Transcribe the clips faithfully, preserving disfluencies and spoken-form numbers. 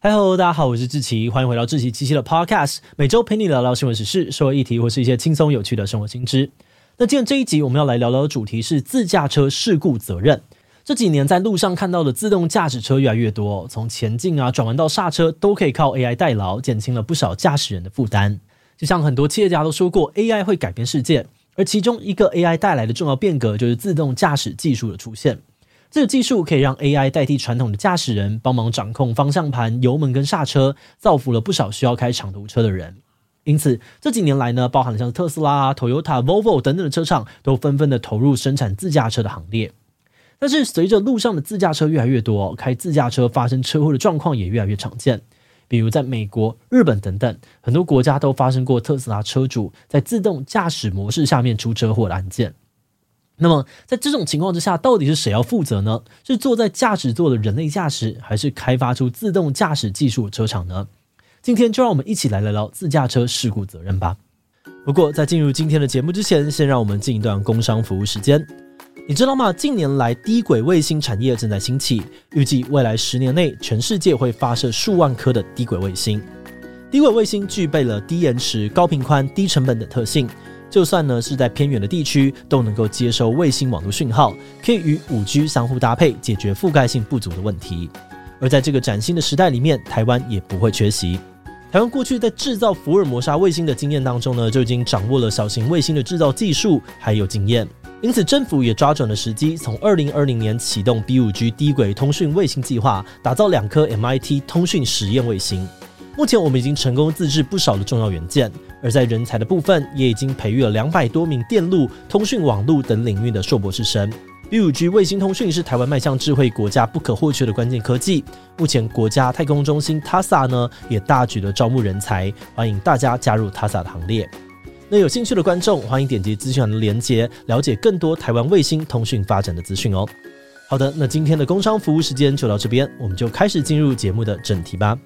嗨喽，大家好，我是志祺，欢迎回到志祺七七的 Podcast， 每周陪你聊聊新闻时事、社会议题或是一些轻松有趣的生活新知。那今天这一集我们要来聊聊的主题是自驾车事故责任。这几年在路上看到的自动驾驶车越来越多，从前进啊、转弯到刹车都可以靠 A I 代劳，减轻了不少驾驶人的负担。就像很多企业家都说过 A I 会改变世界，而其中一个 A I 带来的重要变革就是自动驾驶技术的出现。这个技术可以让 A I 代替传统的驾驶人，帮忙掌控方向盘、油门跟刹车，造福了不少需要开长途车的人。因此这几年来呢，包含了像是特斯拉、Toyota、Volvo 等等的车厂都纷纷的投入生产自驾车的行列。但是随着路上的自驾车越来越多，开自驾车发生车祸的状况也越来越常见。比如在美国、日本等等很多国家都发生过特斯拉车主在自动驾驶模式下面出车祸的案件。那么在这种情况之下，到底是谁要负责呢？是坐在驾驶座的人类驾驶，还是开发出自动驾驶技术的车厂呢？今天就让我们一起来聊聊自驾车事故责任吧。不过在进入今天的节目之前，先让我们进一段工商服务时间。你知道吗？近年来低轨卫星产业正在兴起，预计未来十年内全世界会发射数万颗的低轨卫星。低轨卫星具备了低延迟、高频宽、低成本的特性，就算呢是在偏远的地区，都能够接收卫星网络讯号，可以与 五 G 相互搭配，解决覆盖性不足的问题。而在这个崭新的时代里面，台湾也不会缺席。台湾过去在制造福尔摩沙卫星的经验当中呢，就已经掌握了小型卫星的制造技术还有经验。因此政府也抓准了时机，从二零二零年启动 B 五 G 低轨通讯卫星计划，打造两颗 M I T 通讯实验卫星。目前我们已经成功自制不少的重要元件，而在人才的部分也已经培育了两百多名电路、通讯网路等领域的硕博士生。B 五 G 卫星通讯是台湾迈向智慧国家不可或缺的关键科技。目前国家太空中心 T A S A 呢也大举的招募人才，欢迎大家加入 T A S A 的行列。那有兴趣的观众，欢迎点击资讯栏的连结，了解更多台湾卫星通讯发展的资讯哦。好的，那今天的工商服务时间就到这边，我们就开始进入节目的正题吧。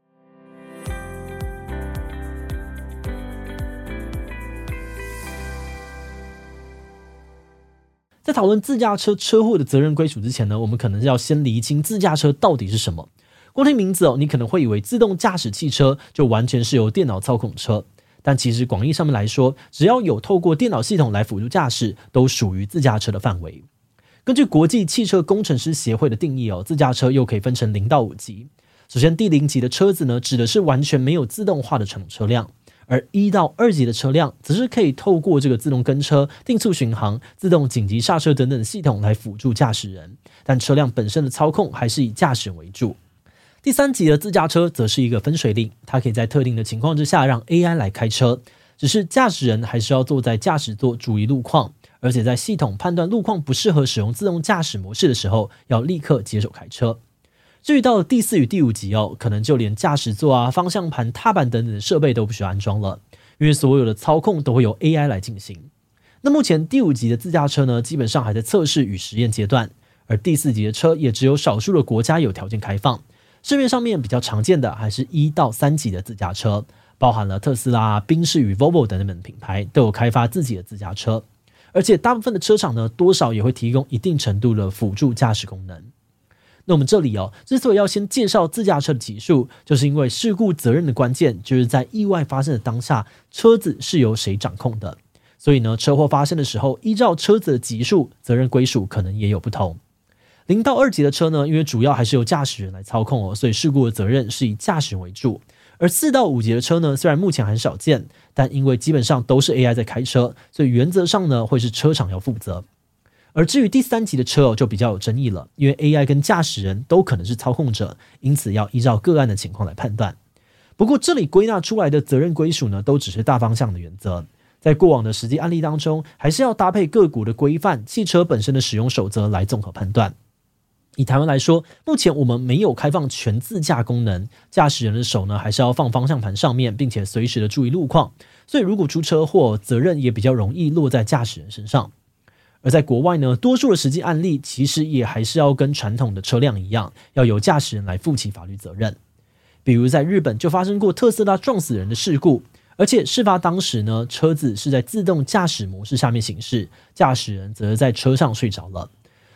在讨论自驾车车祸的责任归属之前呢，我们可能要先厘清自驾车到底是什么。光听名字哦，你可能会以为自动驾驶汽车就完全是由电脑操控车，但其实广义上面来说，只要有透过电脑系统来辅助驾驶，都属于自驾车的范围。根据国际汽车工程师协会的定义哦，自驾车又可以分成零到五级。首先第零级的车子呢，指的是完全没有自动化的乘车辆。而一到二级的车辆则是可以透过这个自动跟车、定速巡航、自动紧急刹车等等的系统来辅助驾驶人，但车辆本身的操控还是以驾驶人为主。第三级的自驾车则是一个分水岭，它可以在特定的情况之下让 A I 来开车，只是驾驶人还是要坐在驾驶座注意路况，而且在系统判断路况不适合使用自动驾驶模式的时候，要立刻接手开车。至于到了第四与第五级哦，可能就连驾驶座啊、方向盘、踏板等等的设备都不需要安装了，因为所有的操控都会由 A I 来进行。那目前第五级的自驾车呢，基本上还在测试与实验阶段，而第四级的车也只有少数的国家有条件开放。市面上面比较常见的还是一到三级的自驾车，包含了特斯拉、宾士与 Volvo 等等的品牌都有开发自己的自驾车，而且大部分的车厂呢，多少也会提供一定程度的辅助驾驶功能。那我们这里哦，之所以要先介绍自驾车的级数，就是因为事故责任的关键就是在意外发生的当下，车子是由谁掌控的。所以呢，车祸发生的时候，依照车子的级数，责任归属可能也有不同。零到二级的车呢，因为主要还是由驾驶人来操控哦，所以事故的责任是以驾驶人为主。而四到五级的车呢，虽然目前很少见，但因为基本上都是 A I 在开车，所以原则上呢，会是车厂要负责。而至于第三级的车哦，就比较有争议了，因为 A I 跟驾驶人都可能是操控者，因此要依照个案的情况来判断。不过这里归纳出来的责任归属呢，都只是大方向的原则，在过往的实际案例当中，还是要搭配个股的规范、汽车本身的使用守则来综合判断。以台湾来说，目前我们没有开放全自驾功能，驾驶人的手呢还是要放方向盘上面，并且随时的注意路况，所以如果出车祸，责任也比较容易落在驾驶人身上。而在国外呢，多数的实际案例其实也还是要跟传统的车辆一样，要由驾驶人来负起法律责任。比如在日本就发生过特斯拉撞死人的事故，而且事发当时呢，车子是在自动驾驶模式下面行驶，驾驶人则在车上睡着了。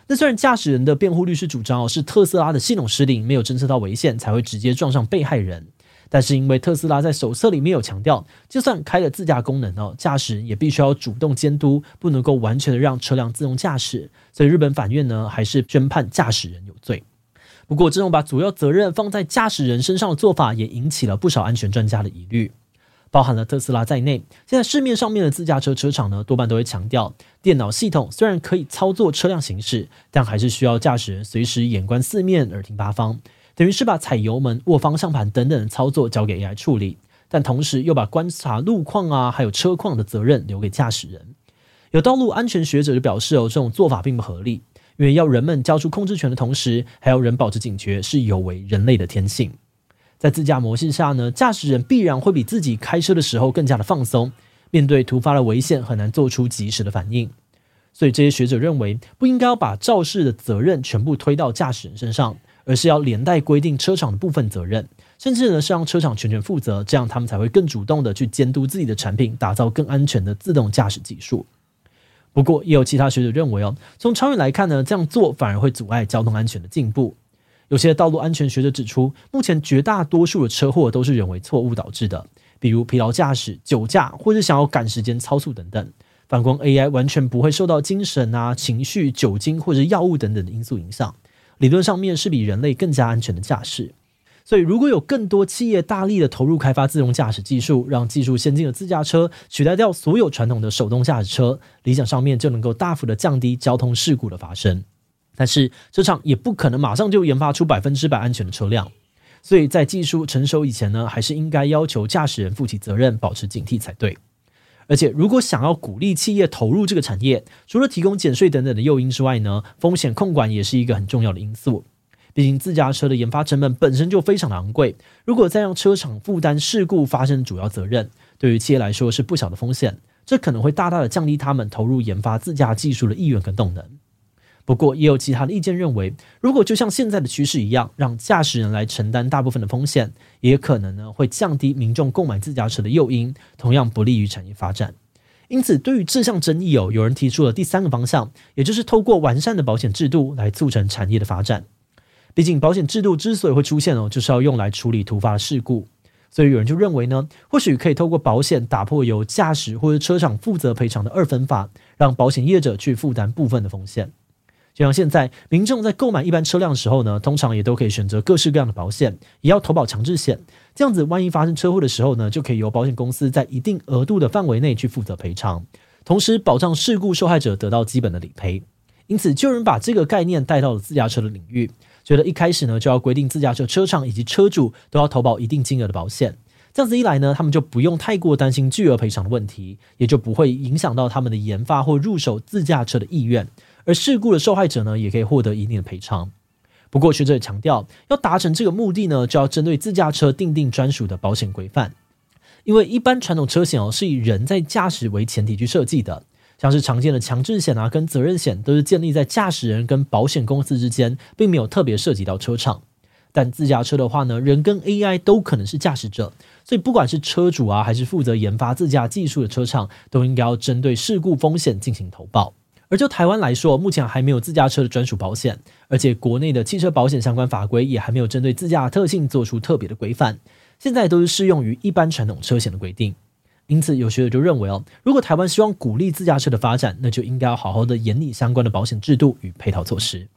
那虽然驾驶人的辩护律师主张哦，是特斯拉的系统失灵，没有侦测到危险才会直接撞上被害人，但是因为特斯拉在手册里面有强调，就算开了自驾功能哦，驾驶人也必须要主动监督，不能够完全的让车辆自动驾驶，所以日本法院呢还是宣判驾驶人有罪。不过这种把主要责任放在驾驶人身上的做法也引起了不少安全专家的疑虑，包含了特斯拉在内，现在市面上面的自驾车车厂呢，多半都会强调，电脑系统虽然可以操作车辆行驶，但还是需要驾驶人随时眼观四面，耳听八方，等于是把踩油门、握方向盘等等的操作交给 A I 处理，但同时又把观察路况啊，还有车况的责任留给驾驶人。有道路安全学者就表示哦，这种做法并不合理，因为要人们交出控制权的同时，还要人保持警觉，是有违人类的天性。在自驾模式下呢，驾驶人必然会比自己开车的时候更加的放松，面对突发的危险很难做出及时的反应。所以这些学者认为，不应该要把肇事的责任全部推到驾驶人身上，而是要连带规定车厂的部分责任，甚至呢是让车厂全权负责，这样他们才会更主动的去监督自己的产品，打造更安全的自动驾驶技术。不过也有其他学者认为哦，从长远来看呢，这样做反而会阻碍交通安全的进步。有些道路安全学者指出，目前绝大多数的车祸都是人为错误导致的，比如疲劳驾驶、酒驾或是想要赶时间超速等等。反观 A I 完全不会受到精神啊、情绪、酒精或者药物等等的因素影响，理论上面是比人类更加安全的驾驶。所以如果有更多企业大力的投入开发自动驾驶技术，让技术先进的自驾车取代掉所有传统的手动驾驶车，理想上面就能够大幅的降低交通事故的发生。但是车厂也不可能马上就研发出百分之百安全的车辆，所以在技术成熟以前呢，还是应该要求驾驶人负起责任，保持警惕才对。而且如果想要鼓励企业投入这个产业，除了提供减税等等的诱因之外呢，风险控管也是一个很重要的因素。毕竟自驾车的研发成本本身就非常的昂贵，如果再让车厂负担事故发生的主要责任，对于企业来说是不小的风险，这可能会大大的降低他们投入研发自驾技术的意愿跟动能。不过也有其他的意见认为，如果就像现在的趋势一样，让驾驶人来承担大部分的风险，也可能呢会降低民众购买自驾车的诱因，同样不利于产业发展。因此对于这项争议哦，有人提出了第三个方向，也就是透过完善的保险制度来促成产业的发展。毕竟保险制度之所以会出现哦，就是要用来处理突发的事故，所以有人就认为呢，或许可以透过保险打破由驾驶或者车厂负责赔偿的二分法，让保险业者去负担部分的风险。就像现在民众在购买一般车辆的时候呢，通常也都可以选择各式各样的保险，也要投保强制险，这样子万一发生车祸的时候呢，就可以由保险公司在一定额度的范围内去负责赔偿，同时保障事故受害者得到基本的理赔。因此就有人把这个概念带到了自驾车的领域，觉得一开始呢就要规定自驾车车厂以及车主都要投保一定金额的保险，这样子一来呢，他们就不用太过担心巨额赔偿的问题，也就不会影响到他们的研发或入手自驾车的意愿，而事故的受害者呢，也可以获得一定的赔偿。不过学者也强调，要达成这个目的呢，就要针对自驾车订定专属的保险规范。因为一般传统车险哦，是以人在驾驶为前提去设计的，像是常见的强制险啊跟责任险，都是建立在驾驶人跟保险公司之间，并没有特别涉及到车厂。但自驾车的话呢，人跟 A I 都可能是驾驶者，所以不管是车主啊，还是负责研发自驾技术的车厂，都应该要针对事故风险进行投保。而就台湾来说，目前还没有自驾车的专属保险，而且国内的汽车保险相关法规也还没有针对自驾的特性做出特别的规范，现在都是适用于一般传统车险的规定。因此有学者就认为哦，如果台湾希望鼓励自驾车的发展，那就应该要好好的研拟相关的保险制度与配套措施。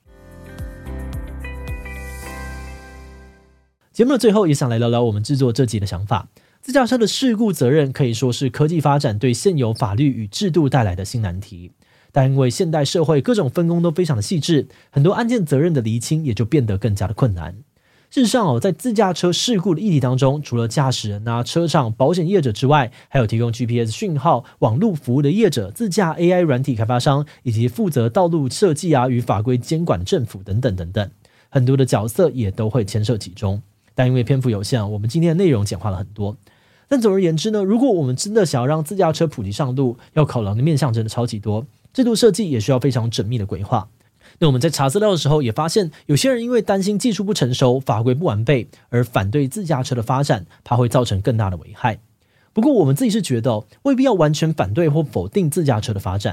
节目的最后也想来聊聊我们制作这集的想法。自驾车的事故责任可以说是科技发展对现有法律与制度带来的新难题，但因为现代社会各种分工都非常的细致，很多案件责任的厘清也就变得更加的困难。事实上哦，在自驾车事故的议题当中，除了驾驶人啊、车厂、保险业者之外，还有提供 G P S 讯号、网络服务的业者、自驾 A I 软体开发商，以及负责道路设计啊与法规监管的政府等等等等，很多的角色也都会牵涉其中。但因为篇幅有限，我们今天的内容简化了很多。但总而言之呢，如果我们真的想要让自驾车普及上路，要考量的面向真的超级多，制度设计也需要非常缜密的规划。那我们在查资料的时候也发现，有些人因为担心技术不成熟、法规不完备而反对自驾车的发展，怕会造成更大的危害。不过我们自己是觉得、哦、未必要完全反对或否定自驾车的发展。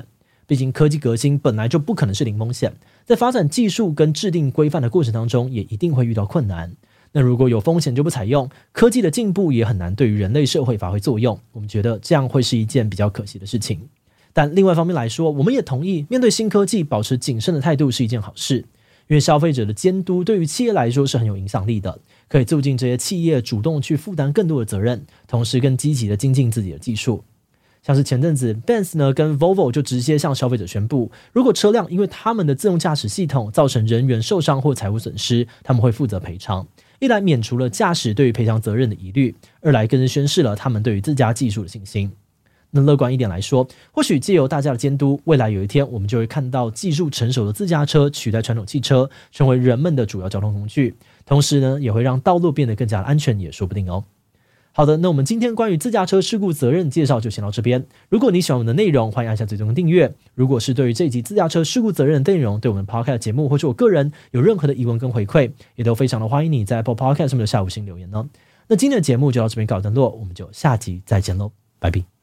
毕竟科技革新本来就不可能是零风险，在发展技术跟制定规范的过程当中，也一定会遇到困难。那如果有风险就不采用，科技的进步也很难对于人类社会发挥作用，我们觉得这样会是一件比较可惜的事情。但另外一方面来说，我们也同意面对新科技保持谨慎的态度是一件好事，因为消费者的监督对于企业来说是很有影响力的，可以促进这些企业主动去负担更多的责任，同时更积极的精进自己的技术。像是前阵子 Benz 呢跟 Volvo 就直接向消费者宣布，如果车辆因为他们的自动驾驶系统造成人员受伤或财务损失，他们会负责赔偿，一来免除了驾驶对于赔偿责任的疑虑，二来更是宣示了他们对于自家技术的信心。那乐观一点来说，或许借由大家的监督，未来有一天我们就会看到技术成熟的自驾车取代传统汽车，成为人们的主要交通工具，同时呢也会让道路变得更加安全也说不定哦。好的，那我们今天关于自驾车事故责任介绍就先到这边。如果你喜欢我们的内容，欢迎按下追踪订阅。如果是对于这一集自驾车事故责任的内容，对我们 Podcast 节目或者我个人有任何的疑问跟回馈，也都非常的欢迎你在 Apple Podcast 上面的下五星留言呢。那今天的节目就到这边告一段落，我们就下集再见喽，拜拜。